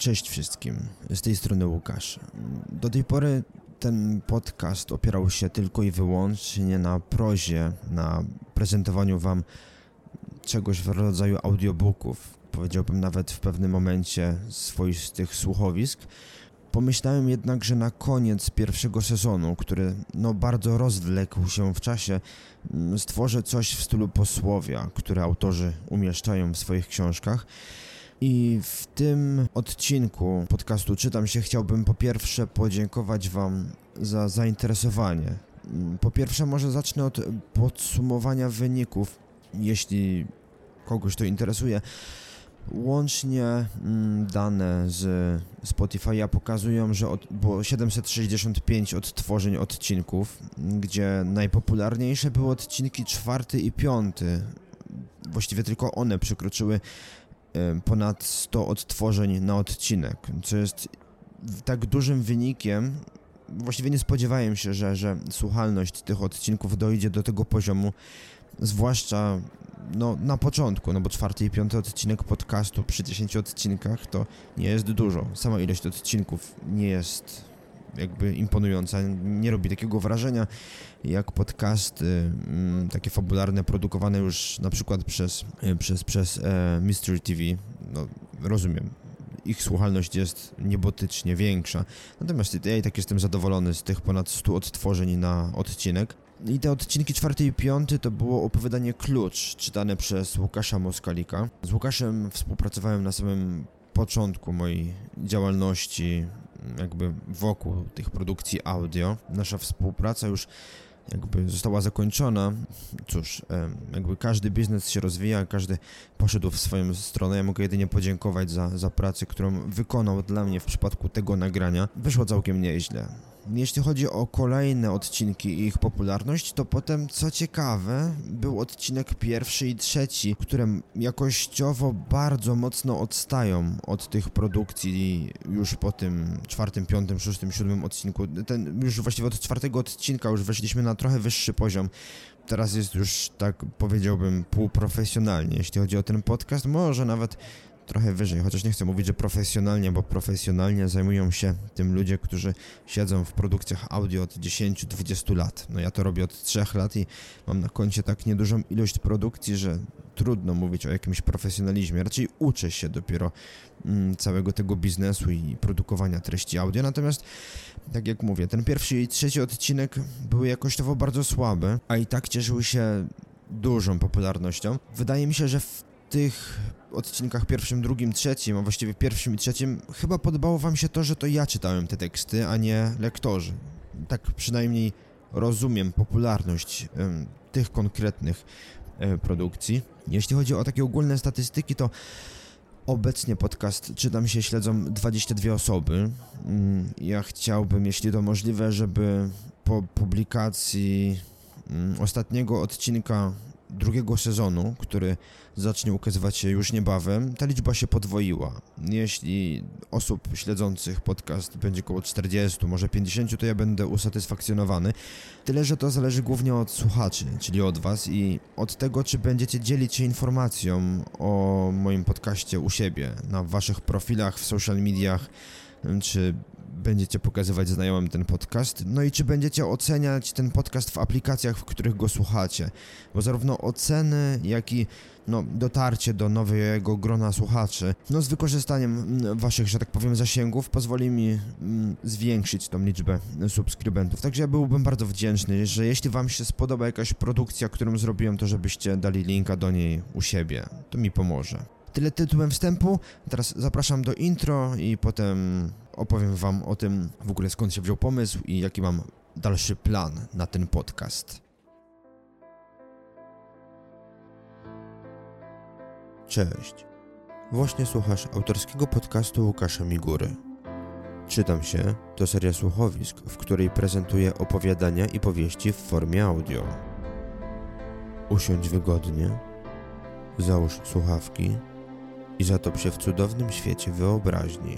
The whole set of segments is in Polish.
Cześć wszystkim, z tej strony Łukasz. Do tej pory ten podcast opierał się tylko i wyłącznie na prozie, na prezentowaniu wam czegoś w rodzaju audiobooków, powiedziałbym nawet w pewnym momencie swoistych słuchowisk. Pomyślałem jednak, że na koniec pierwszego sezonu, który bardzo rozwlekł się w czasie, stworzę coś w stylu posłowia, które autorzy umieszczają w swoich książkach. I w tym odcinku podcastu Czytam się chciałbym po pierwsze podziękować wam za zainteresowanie. Po pierwsze może zacznę od podsumowania wyników, jeśli kogoś to interesuje. Łącznie dane z Spotify'a pokazują, że było 765 odtworzeń odcinków, gdzie najpopularniejsze były odcinki 4 i 5. Właściwie tylko one przekroczyły ponad 100 odtworzeń na odcinek, co jest tak dużym wynikiem. Właściwie nie spodziewałem się, że słuchalność tych odcinków dojdzie do tego poziomu, zwłaszcza na początku, bo 4 i 5 odcinek podcastu przy 10 odcinkach to nie jest dużo. Sama ilość odcinków nie jest jakby imponująca, nie robi takiego wrażenia jak podcasty takie fabularne, produkowane już na przykład przez Mystery TV. Rozumiem, ich słuchalność jest niebotycznie większa, natomiast ja i tak jestem zadowolony z tych ponad 100 odtworzeń na odcinek. I te odcinki 4 i 5 to było opowiadanie Klucz, czytane przez Łukasza Moskalika. Z Łukaszem współpracowałem na samym początku mojej działalności jakby wokół tych produkcji audio. Nasza współpraca już jakby została zakończona. Cóż, jakby każdy biznes się rozwija, każdy poszedł w swoją stronę. Ja mogę jedynie podziękować za pracę, którą wykonał dla mnie w przypadku tego nagrania. Wyszło całkiem nieźle. Jeśli chodzi o kolejne odcinki i ich popularność, to potem, co ciekawe, był odcinek 1 i 3, które jakościowo bardzo mocno odstają od tych produkcji już po tym 4, 5, 6, 7 odcinku. Już właściwie od 4 odcinka już weszliśmy na trochę wyższy poziom. Teraz jest już, tak powiedziałbym, półprofesjonalnie, jeśli chodzi o ten podcast, może nawet trochę wyżej, chociaż nie chcę mówić, że profesjonalnie, bo profesjonalnie zajmują się tym ludzie, którzy siedzą w produkcjach audio od 10-20 lat. Ja to robię od 3 lat i mam na koncie tak niedużą ilość produkcji, że trudno mówić o jakimś profesjonalizmie. Raczej uczę się dopiero całego tego biznesu i produkowania treści audio. Natomiast, tak jak mówię, ten 1 i 3 odcinek były jakościowo bardzo słabe, a i tak cieszyły się dużą popularnością. Wydaje mi się, że w tych odcinkach 1, 2, 3, a właściwie 1 i 3 chyba podobało wam się to, że to ja czytałem te teksty, a nie lektorzy. Tak przynajmniej rozumiem popularność tych konkretnych produkcji. Jeśli chodzi o takie ogólne statystyki, to obecnie podcast Czytam się śledzą 22 osoby. Ja chciałbym, jeśli to możliwe, żeby po publikacji ostatniego odcinka drugiego sezonu, który zacznie ukazywać się już niebawem, ta liczba się podwoiła. Jeśli osób śledzących podcast będzie około 40, może 50, to ja będę usatysfakcjonowany. Tyle, że to zależy głównie od słuchaczy, czyli od was i od tego, czy będziecie dzielić się informacją o moim podcaście u siebie, na waszych profilach, w social mediach, czy będziecie pokazywać znajomym ten podcast, i czy będziecie oceniać ten podcast w aplikacjach, w których go słuchacie, bo zarówno oceny, jak i dotarcie do nowego grona słuchaczy, z wykorzystaniem waszych, że tak powiem, zasięgów pozwoli mi zwiększyć tą liczbę subskrybentów. Także ja byłbym bardzo wdzięczny, że jeśli wam się spodoba jakaś produkcja, którą zrobiłem, to żebyście dali linka do niej u siebie. To mi pomoże. Tyle tytułem wstępu. Teraz zapraszam do intro i potem opowiem wam o tym w ogóle, skąd się wziął pomysł i jaki mam dalszy plan na ten podcast. Cześć. Właśnie słuchasz autorskiego podcastu Łukasza Migury. Czytam się to seria słuchowisk, w której prezentuję opowiadania i powieści w formie audio. Usiądź wygodnie, załóż słuchawki i zatop się w cudownym świecie wyobraźni.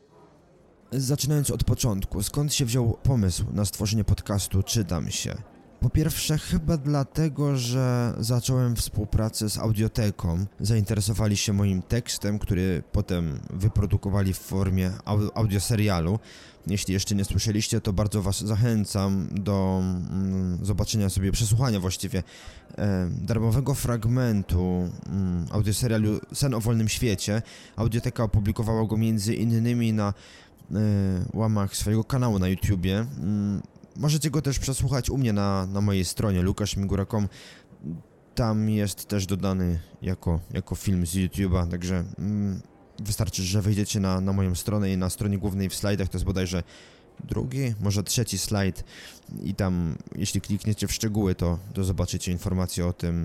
Zaczynając od początku, skąd się wziął pomysł na stworzenie podcastu Czytam się? Po pierwsze, chyba dlatego, że zacząłem współpracę z Audioteką. Zainteresowali się moim tekstem, który potem wyprodukowali w formie audioserialu. Jeśli jeszcze nie słyszeliście, to bardzo was zachęcam do zobaczenia sobie, przesłuchania właściwie darmowego fragmentu audioserialu Sen o wolnym świecie. Audioteka opublikowała go między innymi na łamach swojego kanału na YouTubie. Możecie go też przesłuchać u mnie na mojej stronie lukaszmigura.com. Tam jest też dodany jako film z YouTube'a, także wystarczy, że wejdziecie na moją stronę i na stronie głównej w slajdach to jest bodajże drugi, może trzeci slajd i tam, jeśli klikniecie w szczegóły, to zobaczycie informacje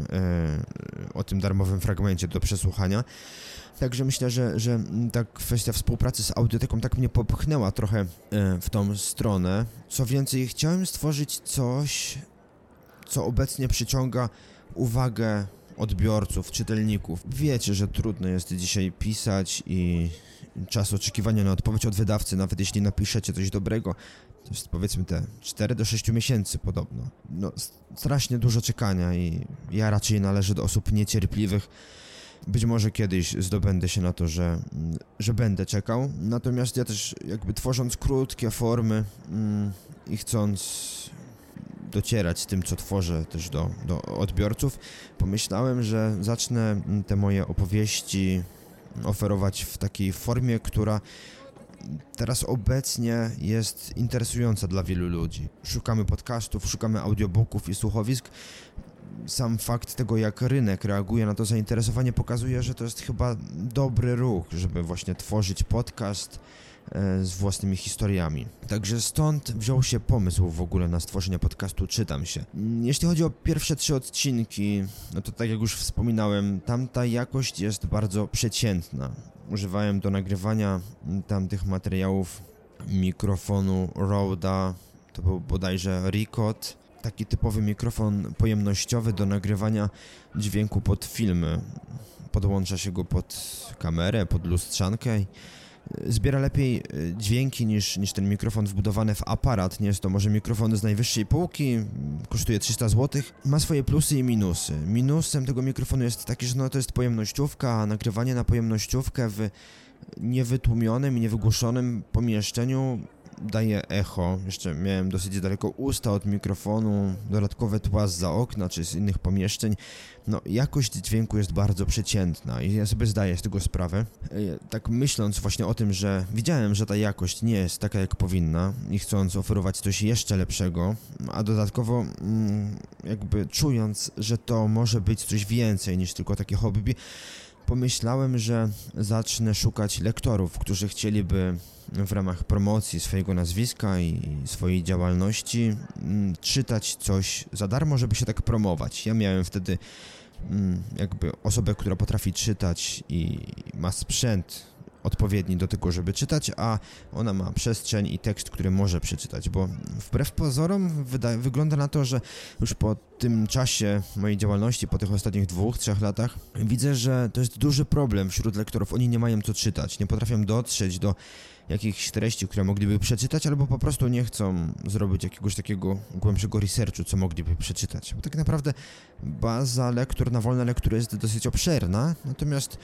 o tym darmowym fragmencie do przesłuchania. Także myślę, że ta kwestia współpracy z Audioteką tak mnie popchnęła trochę w tą stronę. Co więcej, chciałem stworzyć coś, co obecnie przyciąga uwagę odbiorców, czytelników. Wiecie, że trudno jest dzisiaj pisać i czas oczekiwania na odpowiedź od wydawcy, nawet jeśli napiszecie coś dobrego, to jest powiedzmy te 4 do 6 miesięcy podobno. No, strasznie dużo czekania i ja raczej należę do osób niecierpliwych. Być może kiedyś zdobędę się na to, że będę czekał, natomiast ja też jakby tworząc krótkie formy i chcąc docierać z tym, co tworzę też do odbiorców, pomyślałem, że zacznę te moje opowieści oferować w takiej formie, która teraz obecnie jest interesująca dla wielu ludzi. Szukamy podcastów, szukamy audiobooków i słuchowisk. Sam fakt tego, jak rynek reaguje na to zainteresowanie, pokazuje, że to jest chyba dobry ruch, żeby właśnie tworzyć podcast z własnymi historiami. Także stąd wziął się pomysł w ogóle na stworzenie podcastu Czytam się. Jeśli chodzi o pierwsze 3 odcinki, no to tak jak już wspominałem, tamta jakość jest bardzo przeciętna. Używałem do nagrywania tamtych materiałów mikrofonu Rode'a, to był bodajże Ricot, taki typowy mikrofon pojemnościowy do nagrywania dźwięku pod filmy. Podłącza się go pod kamerę, pod lustrzankę. Zbiera lepiej dźwięki niż ten mikrofon wbudowany w aparat. Nie jest to może mikrofon z najwyższej półki, kosztuje 300 zł. Ma swoje plusy i minusy. Minusem tego mikrofonu jest taki, że to jest pojemnościówka, a nagrywanie na pojemnościówkę w niewytłumionym i niewygłuszonym pomieszczeniu daje echo. Jeszcze miałem dosyć daleko usta od mikrofonu, dodatkowe tła zza okna czy z innych pomieszczeń. No, jakość dźwięku jest bardzo przeciętna i ja sobie zdaję z tego sprawę. Tak myśląc właśnie o tym, że widziałem, że ta jakość nie jest taka jak powinna i chcąc oferować coś jeszcze lepszego, a dodatkowo jakby czując, że to może być coś więcej niż tylko takie hobby, pomyślałem, że zacznę szukać lektorów, którzy chcieliby w ramach promocji swojego nazwiska i swojej działalności czytać coś za darmo, żeby się tak promować. Ja miałem wtedy jakby osobę, która potrafi czytać i ma sprzęt odpowiedni do tego, żeby czytać, a ona ma przestrzeń i tekst, który może przeczytać, bo wbrew pozorom wygląda na to, że już po tym czasie mojej działalności, po tych ostatnich 2-3 latach, widzę, że to jest duży problem wśród lektorów. Oni nie mają co czytać, nie potrafią dotrzeć do jakichś treści, które mogliby przeczytać, albo po prostu nie chcą zrobić jakiegoś takiego głębszego researchu, co mogliby przeczytać. Bo tak naprawdę baza lektur na wolne lektury jest dosyć obszerna, natomiast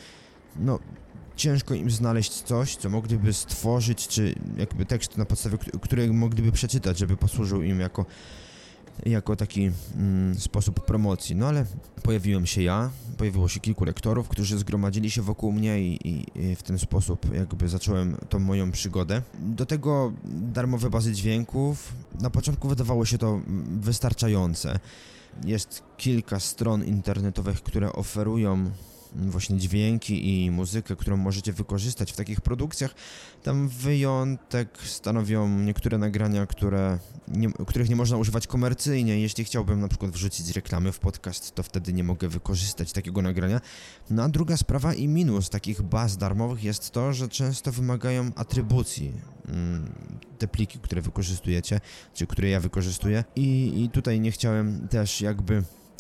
ciężko im znaleźć coś, co mogliby stworzyć, czy jakby tekst na podstawie którego mogliby przeczytać, żeby posłużył im jako taki sposób promocji. No ale pojawiło się kilku lektorów, którzy zgromadzili się wokół mnie i w ten sposób jakby zacząłem tą moją przygodę. Do tego darmowe bazy dźwięków. Na początku wydawało się to wystarczające. Jest kilka stron internetowych, które oferują właśnie dźwięki i muzykę, którą możecie wykorzystać w takich produkcjach. Tam wyjątek stanowią niektóre nagrania, których nie można używać komercyjnie. Jeśli chciałbym na przykład wrzucić reklamy w podcast, to wtedy nie mogę wykorzystać takiego nagrania. No a druga sprawa i minus takich baz darmowych jest to, że często wymagają atrybucji te pliki, które wykorzystujecie, czy które ja wykorzystuję. I tutaj nie chciałem też jakby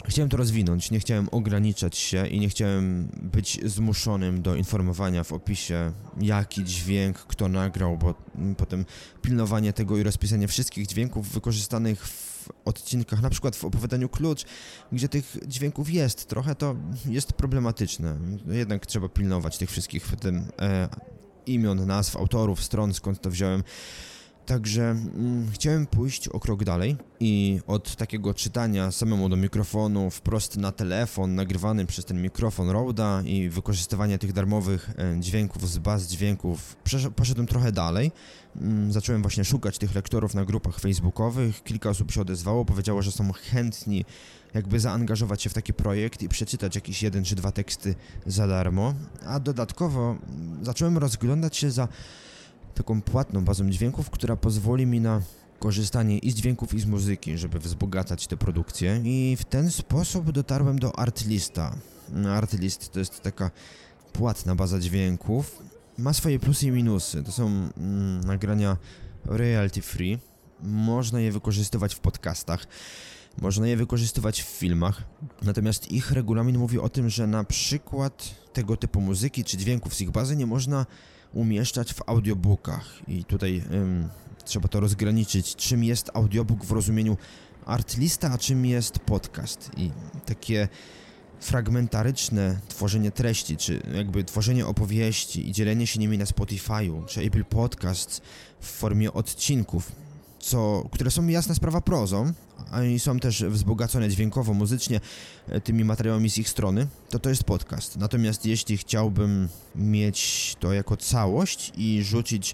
Chciałem to rozwinąć, nie chciałem ograniczać się i nie chciałem być zmuszonym do informowania w opisie, jaki dźwięk kto nagrał, bo potem pilnowanie tego i rozpisanie wszystkich dźwięków wykorzystanych w odcinkach, na przykład w opowiadaniu Klucz, gdzie tych dźwięków jest trochę, to jest problematyczne. Jednak trzeba pilnować tych wszystkich, w tym imion, nazw, autorów, stron, skąd to wziąłem. Także chciałem pójść o krok dalej i od takiego czytania samemu do mikrofonu, wprost na telefon, nagrywany przez ten mikrofon Rode'a i wykorzystywania tych darmowych dźwięków z baz dźwięków, poszedłem trochę dalej. Zacząłem właśnie szukać tych lektorów na grupach facebookowych, kilka osób się odezwało, powiedziało, że są chętni jakby zaangażować się w taki projekt i przeczytać jakieś 1 czy 2 teksty za darmo, a dodatkowo zacząłem rozglądać się za taką płatną bazą dźwięków, która pozwoli mi na korzystanie i z dźwięków, i z muzyki, żeby wzbogacać te produkcje i w ten sposób dotarłem do Artlista. Artlist to jest taka płatna baza dźwięków, ma swoje plusy i minusy, to są nagrania royalty free, można je wykorzystywać w podcastach, można je wykorzystywać w filmach, natomiast ich regulamin mówi o tym, że na przykład tego typu muzyki czy dźwięków z ich bazy nie można umieszczać w audiobookach i tutaj trzeba to rozgraniczyć, czym jest audiobook w rozumieniu Artlista, a czym jest podcast i takie fragmentaryczne tworzenie treści, czy jakby tworzenie opowieści i dzielenie się nimi na Spotify'u, czy Apple Podcasts w formie odcinków, które są jasna sprawa prozą, a i są też wzbogacone dźwiękowo, muzycznie tymi materiałami z ich strony, to jest podcast. Natomiast jeśli chciałbym mieć to jako całość i rzucić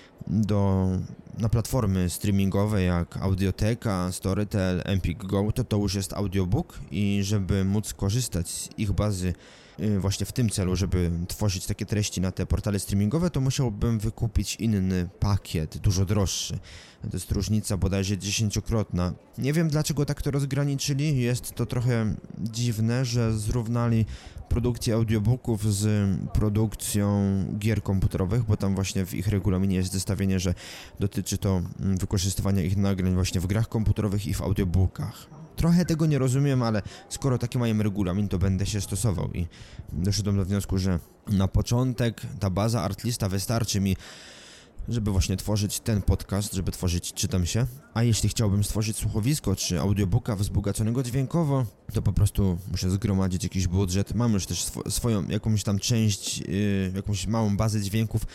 na platformy streamingowe jak Audioteka, Storytel, Empik Go, to już jest audiobook i żeby móc korzystać z ich bazy właśnie w tym celu, żeby tworzyć takie treści na te portale streamingowe, to musiałbym wykupić inny pakiet, dużo droższy. To jest różnica bodajże 10-krotna. Nie wiem dlaczego tak to rozgraniczyli, jest to trochę dziwne, że zrównali produkcję audiobooków z produkcją gier komputerowych, bo tam właśnie w ich regulaminie jest zestawienie, że dotyczy to wykorzystywania ich nagrań właśnie w grach komputerowych i w audiobookach. Trochę tego nie rozumiem, ale skoro taki mają regulamin, to będę się stosował i doszedłem do wniosku, że na początek ta baza Artlista wystarczy mi, żeby właśnie tworzyć ten podcast, żeby tworzyć Czytam się, a jeśli chciałbym stworzyć słuchowisko czy audiobooka wzbogaconego dźwiękowo, to po prostu muszę zgromadzić jakiś budżet. Mam już też swoją jakąś tam część, jakąś małą bazę dźwięków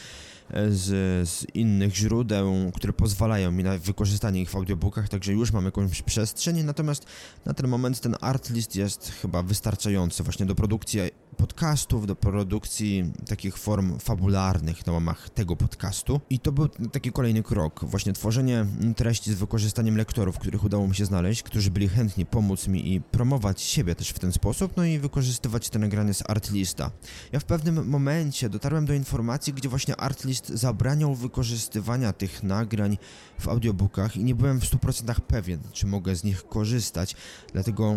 z innych źródeł, które pozwalają mi na wykorzystanie ich w audiobookach, także już mam jakąś przestrzeń, natomiast na ten moment ten Artlist jest chyba wystarczający właśnie do produkcji podcastów, do produkcji takich form fabularnych na łamach tego podcastu. I to był taki kolejny krok, właśnie tworzenie treści z wykorzystaniem lektorów, których udało mi się znaleźć, którzy byli chętni pomóc mi i promować siebie też w ten sposób, no i wykorzystywać te nagrania z Artlista. Ja w pewnym momencie dotarłem do informacji, gdzie właśnie Artlist zabraniał wykorzystywania tych nagrań w audiobookach i nie byłem w 100% pewien, czy mogę z nich korzystać, dlatego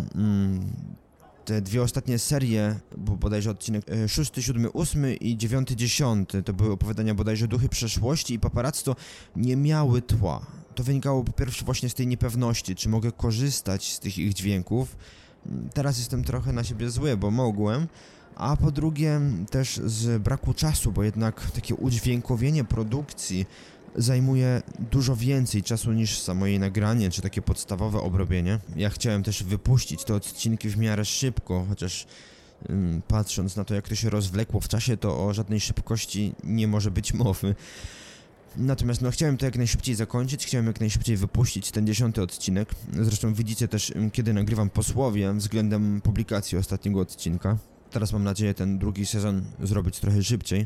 te dwie ostatnie serie, bo bodajże odcinek 6, 7, 8 i 9, 10, to były opowiadania bodajże Duchy Przeszłości i Paparazzo, nie miały tła. To wynikało po pierwsze właśnie z tej niepewności, czy mogę korzystać z tych ich dźwięków. Teraz jestem trochę na siebie zły, bo mogłem, a po drugie też z braku czasu, bo jednak takie udźwiękowienie produkcji zajmuje dużo więcej czasu niż samo jej nagranie, czy takie podstawowe obrobienie. Ja chciałem też wypuścić te odcinki w miarę szybko, chociaż patrząc na to, jak to się rozwlekło w czasie, to o żadnej szybkości nie może być mowy. Natomiast chciałem to jak najszybciej zakończyć, chciałem jak najszybciej wypuścić ten 10. odcinek. Zresztą widzicie też, kiedy nagrywam posłowie względem publikacji ostatniego odcinka. Teraz mam nadzieję ten drugi sezon zrobić trochę szybciej.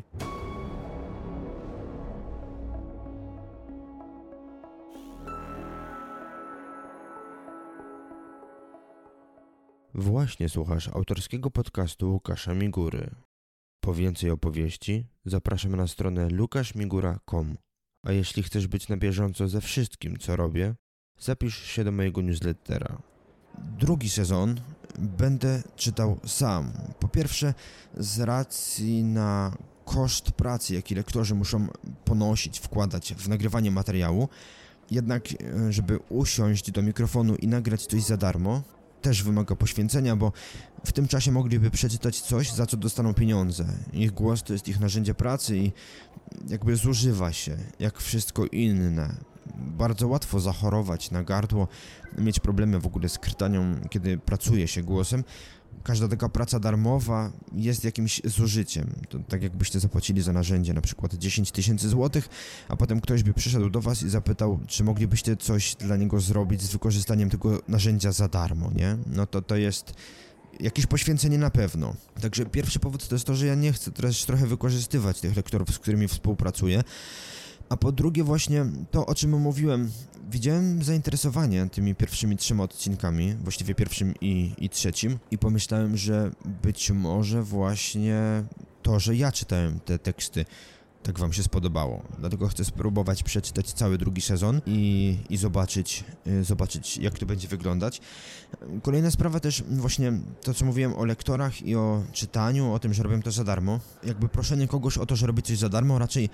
Właśnie słuchasz autorskiego podcastu Łukasza Migury. Po więcej opowieści zapraszam na stronę lukaszmigura.com. A jeśli chcesz być na bieżąco ze wszystkim, co robię, zapisz się do mojego newslettera. Drugi sezon będę czytał sam. Po pierwsze, z racji na koszt pracy, jaki lektorzy muszą ponosić, wkładać w nagrywanie materiału, jednak żeby usiąść do mikrofonu i nagrać coś za darmo, też wymaga poświęcenia, bo w tym czasie mogliby przeczytać coś, za co dostaną pieniądze. Ich głos to jest ich narzędzie pracy i jakby zużywa się, jak wszystko inne. Bardzo łatwo zachorować na gardło, mieć problemy w ogóle z krtanią, kiedy pracuje się głosem. Każda taka praca darmowa jest jakimś zużyciem. To tak jakbyście zapłacili za narzędzie na przykład 10 000 złotych, a potem ktoś by przyszedł do was i zapytał, czy moglibyście coś dla niego zrobić z wykorzystaniem tego narzędzia za darmo, nie? No to jest jakieś poświęcenie na pewno. Także pierwszy powód to jest to, że ja nie chcę też trochę wykorzystywać tych lektorów, z którymi współpracuję. A po drugie właśnie to, o czym mówiłem, widziałem zainteresowanie tymi pierwszymi 3 odcinkami, właściwie pierwszym i trzecim, i pomyślałem, że być może właśnie to, że ja czytałem te teksty, tak wam się spodobało. Dlatego chcę spróbować przeczytać cały drugi sezon i zobaczyć, jak to będzie wyglądać. Kolejna sprawa też właśnie to, co mówiłem o lektorach i o czytaniu, o tym, że robię to za darmo. Jakby proszenie kogoś o to, że robi coś za darmo, raczej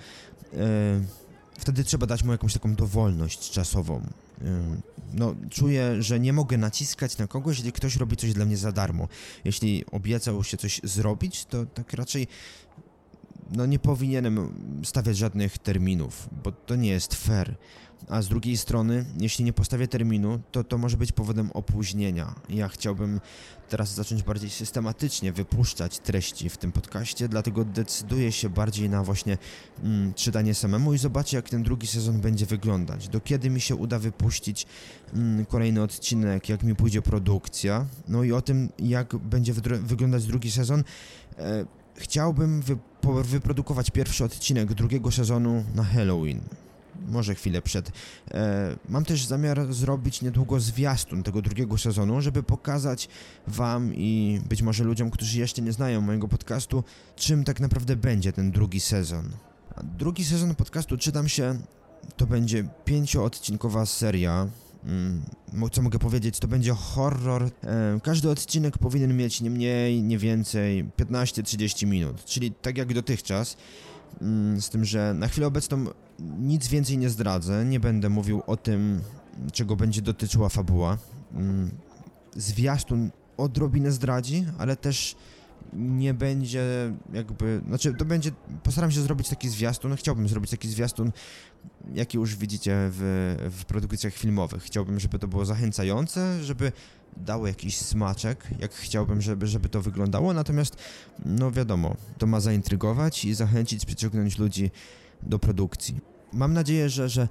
wtedy trzeba dać mu jakąś taką dowolność czasową. No, czuję, że nie mogę naciskać na kogoś, jeśli ktoś robi coś dla mnie za darmo. Jeśli obiecał się coś zrobić, to tak raczej nie powinienem stawiać żadnych terminów, bo to nie jest fair. A z drugiej strony, jeśli nie postawię terminu, to może być powodem opóźnienia. Ja chciałbym teraz zacząć bardziej systematycznie wypuszczać treści w tym podcaście, dlatego decyduję się bardziej na właśnie czytanie samemu i zobaczę, jak ten drugi sezon będzie wyglądać. Do kiedy mi się uda wypuścić kolejny odcinek, jak mi pójdzie produkcja, no i o tym, jak będzie wyglądać drugi sezon. Chciałbym wyprodukować pierwszy odcinek drugiego sezonu na Halloween. Może chwilę przed. Mam też zamiar zrobić niedługo zwiastun tego drugiego sezonu, żeby pokazać wam i być może ludziom, którzy jeszcze nie znają mojego podcastu, czym tak naprawdę będzie ten drugi sezon. A drugi sezon podcastu, czytam się, to będzie 5-odcinkowa seria. Co mogę powiedzieć, to będzie horror. Każdy odcinek powinien mieć nie mniej, nie więcej 15-30 minut, czyli tak jak dotychczas. Z tym, że na chwilę obecną nic więcej nie zdradzę, nie będę mówił o tym, czego będzie dotyczyła fabuła. Zwiastun odrobinę zdradzi, ale też nie będzie postaram się zrobić taki zwiastun, chciałbym zrobić taki zwiastun, jaki już widzicie w produkcjach filmowych. Chciałbym, żeby to było zachęcające, żeby dało jakiś smaczek, jak chciałbym, żeby to wyglądało, natomiast, wiadomo, to ma zaintrygować i zachęcić, przyciągnąć ludzi do produkcji. Mam nadzieję, że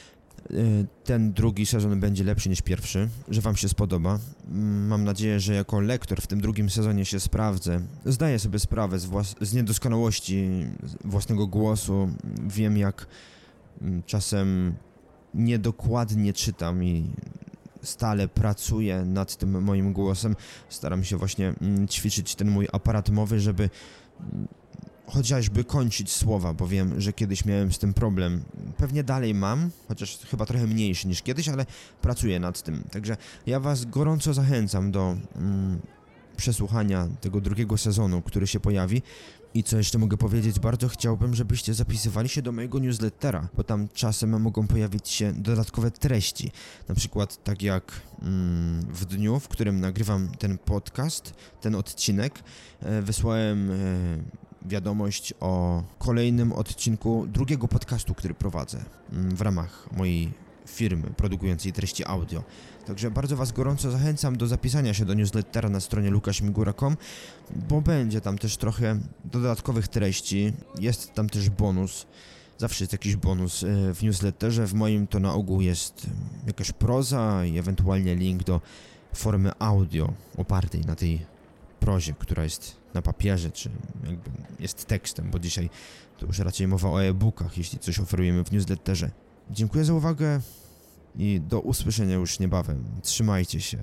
ten drugi sezon będzie lepszy niż pierwszy, że wam się spodoba. Mam nadzieję, że jako lektor w tym drugim sezonie się sprawdzę. Zdaję sobie sprawę z niedoskonałości własnego głosu. Wiem, jak czasem niedokładnie czytam i stale pracuję nad tym moim głosem. Staram się właśnie ćwiczyć ten mój aparat mowy, żeby chociażby kończyć słowa, bo wiem, że kiedyś miałem z tym problem. Pewnie dalej mam, chociaż chyba trochę mniejszy niż kiedyś, ale pracuję nad tym. Także ja was gorąco zachęcam do przesłuchania tego drugiego sezonu, który się pojawi. I co jeszcze mogę powiedzieć, bardzo chciałbym, żebyście zapisywali się do mojego newslettera, bo tam czasem mogą pojawić się dodatkowe treści. Na przykład tak jak w dniu, w którym nagrywam ten podcast, ten odcinek, wysłałem wiadomość o kolejnym odcinku drugiego podcastu, który prowadzę w ramach mojej firmy produkującej treści audio. Także bardzo was gorąco zachęcam do zapisania się do newslettera na stronie lukaszmigura.com, bo będzie tam też trochę dodatkowych treści, jest tam też bonus, zawsze jest jakiś bonus w newsletterze, w moim to na ogół jest jakaś proza i ewentualnie link do formy audio opartej na tej prozie, która jest na papierze, czy jakby jest tekstem, bo dzisiaj to już raczej mowa o e-bookach, jeśli coś oferujemy w newsletterze. Dziękuję za uwagę i do usłyszenia już niebawem. Trzymajcie się.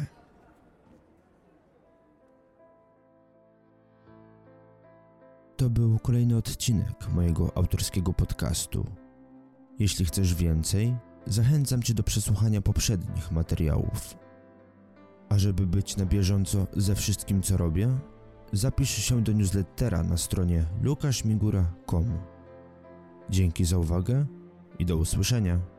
To był kolejny odcinek mojego autorskiego podcastu. Jeśli chcesz więcej, zachęcam Cię do przesłuchania poprzednich materiałów. A żeby być na bieżąco ze wszystkim, co robię, zapisz się do newslettera na stronie lukaszmigura.com. Dzięki za uwagę i do usłyszenia.